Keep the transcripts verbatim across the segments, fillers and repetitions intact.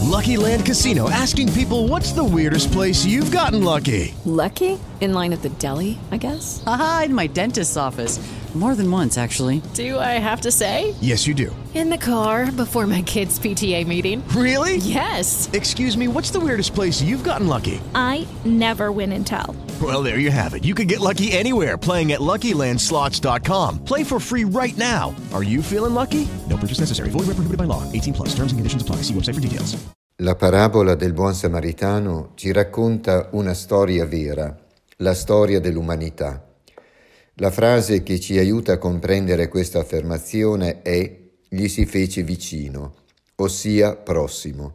Lucky Land Casino, asking people, what's the weirdest place you've gotten lucky? Lucky? In line at the deli, I guess? Aha, in my dentist's office. More than once, actually. Do I have to say? Yes, you do. In the car before my kids' P T A meeting. Really? Yes. Excuse me, what's the weirdest place you've gotten lucky? I never win and tell. Well, there you have it. You can get lucky anywhere, playing at Lucky Land Slots dot com. Play for free right now. Are you feeling lucky? No purchase necessary. Void where prohibited by law. eighteen plus. Terms and conditions apply. See website for details. La parabola del buon samaritano ci racconta una storia vera, la storia dell'umanità. La frase che ci aiuta a comprendere questa affermazione è «gli si fece vicino», ossia prossimo.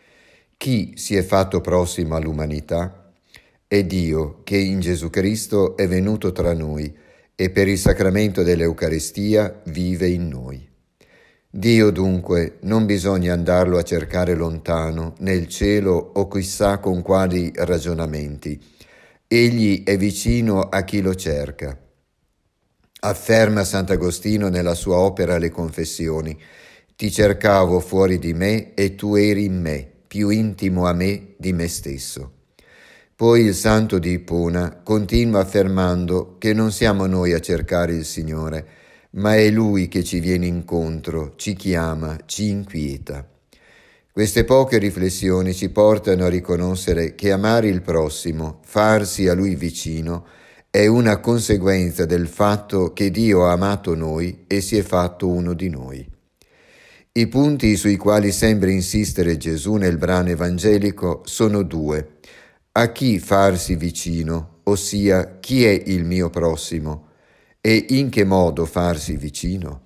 Chi si è fatto prossimo all'umanità? È Dio che in Gesù Cristo è venuto tra noi e per il sacramento dell'Eucaristia vive in noi. Dio dunque non bisogna andarlo a cercare lontano, nel cielo o chissà con quali ragionamenti. Egli è vicino a chi lo cerca. Afferma Sant'Agostino nella sua opera Le Confessioni: «Ti cercavo fuori di me e tu eri in me, più intimo a me di me stesso». Poi il santo di Ippona continua affermando che non siamo noi a cercare il Signore, ma è Lui che ci viene incontro, ci chiama, ci inquieta. Queste poche riflessioni ci portano a riconoscere che amare il prossimo, farsi a Lui vicino, è una conseguenza del fatto che Dio ha amato noi e si è fatto uno di noi. I punti sui quali sembra insistere Gesù nel brano evangelico sono due. A chi farsi vicino, ossia chi è il mio prossimo, e in che modo farsi vicino?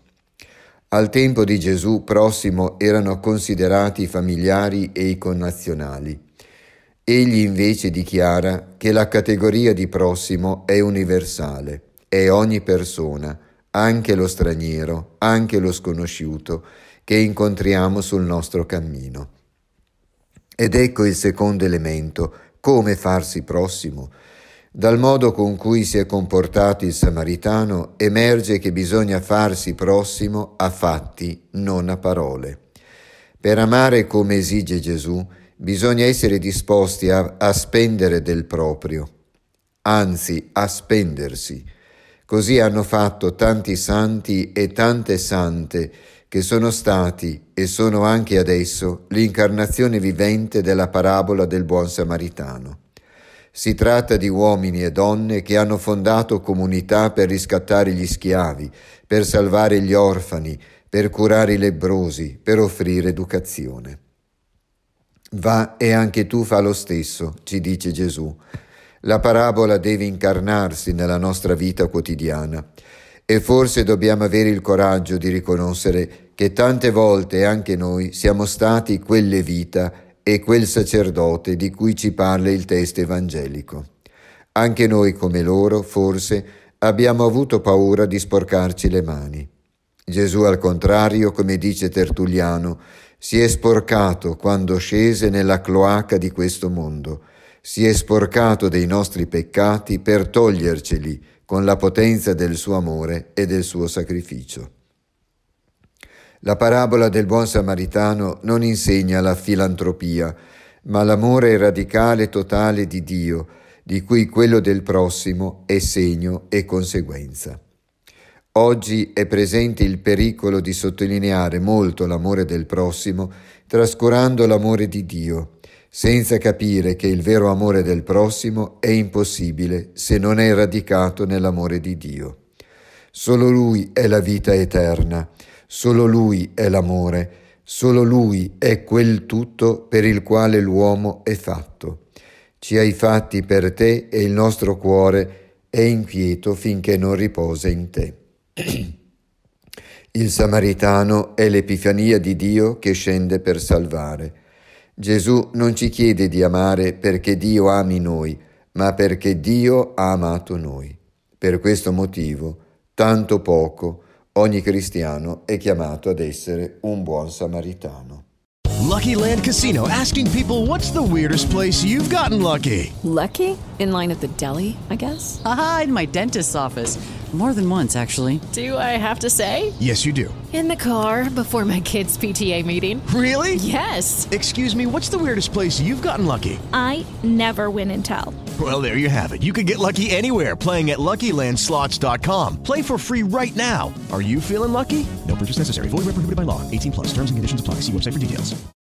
Al tempo di Gesù prossimo erano considerati i familiari e i connazionali. Egli invece dichiara che la categoria di prossimo è universale, è ogni persona, anche lo straniero, anche lo sconosciuto, che incontriamo sul nostro cammino. Ed ecco il secondo elemento, come farsi prossimo. Dal modo con cui si è comportato il samaritano emerge che bisogna farsi prossimo a fatti, non a parole. Per amare come esige Gesù, bisogna essere disposti a, a spendere del proprio, anzi a spendersi. Così hanno fatto tanti santi e tante sante che sono stati e sono anche adesso l'incarnazione vivente della parabola del buon samaritano. Si tratta di uomini e donne che hanno fondato comunità per riscattare gli schiavi, per salvare gli orfani, per curare i lebbrosi, per offrire educazione. Va e anche tu fa lo stesso, ci dice Gesù. La parabola deve incarnarsi nella nostra vita quotidiana e forse dobbiamo avere il coraggio di riconoscere che tante volte anche noi siamo stati quelle vita e quel sacerdote di cui ci parla il testo evangelico. Anche noi, come loro, forse, abbiamo avuto paura di sporcarci le mani. Gesù, al contrario, come dice Tertulliano, si è sporcato quando scese nella cloaca di questo mondo, si è sporcato dei nostri peccati per toglierceli con la potenza del suo amore e del suo sacrificio. La parabola del buon samaritano non insegna la filantropia, ma l'amore radicale e totale di Dio, di cui quello del prossimo è segno e conseguenza. Oggi è presente il pericolo di sottolineare molto l'amore del prossimo, trascurando l'amore di Dio, senza capire che il vero amore del prossimo è impossibile se non è radicato nell'amore di Dio. Solo Lui è la vita eterna, solo Lui è l'amore, solo Lui è quel tutto per il quale l'uomo è fatto. Ci hai fatti per te e il nostro cuore è inquieto finché non riposa in te. Il samaritano è l'epifania di Dio che scende per salvare. Gesù non ci chiede di amare perché Dio ami noi, ma perché Dio ha amato noi. Per questo motivo, tanto poco, ogni cristiano è chiamato ad essere un buon samaritano. Lucky Land Casino, asking people, what's the weirdest place you've gotten lucky? Lucky? In line at the deli, I guess? Aha, in my dentist's office. More than once, actually. Do I have to say? Yes, you do. In the car before my kids' P T A meeting. Really? Yes. Excuse me, what's the weirdest place you've gotten lucky? I never win and tell. Well, there you have it. You can get lucky anywhere, playing at Lucky Land Slots dot com. Play for free right now. Are you feeling lucky? No purchase necessary. Void where prohibited by law. eighteen plus. Terms and conditions apply. See website for details.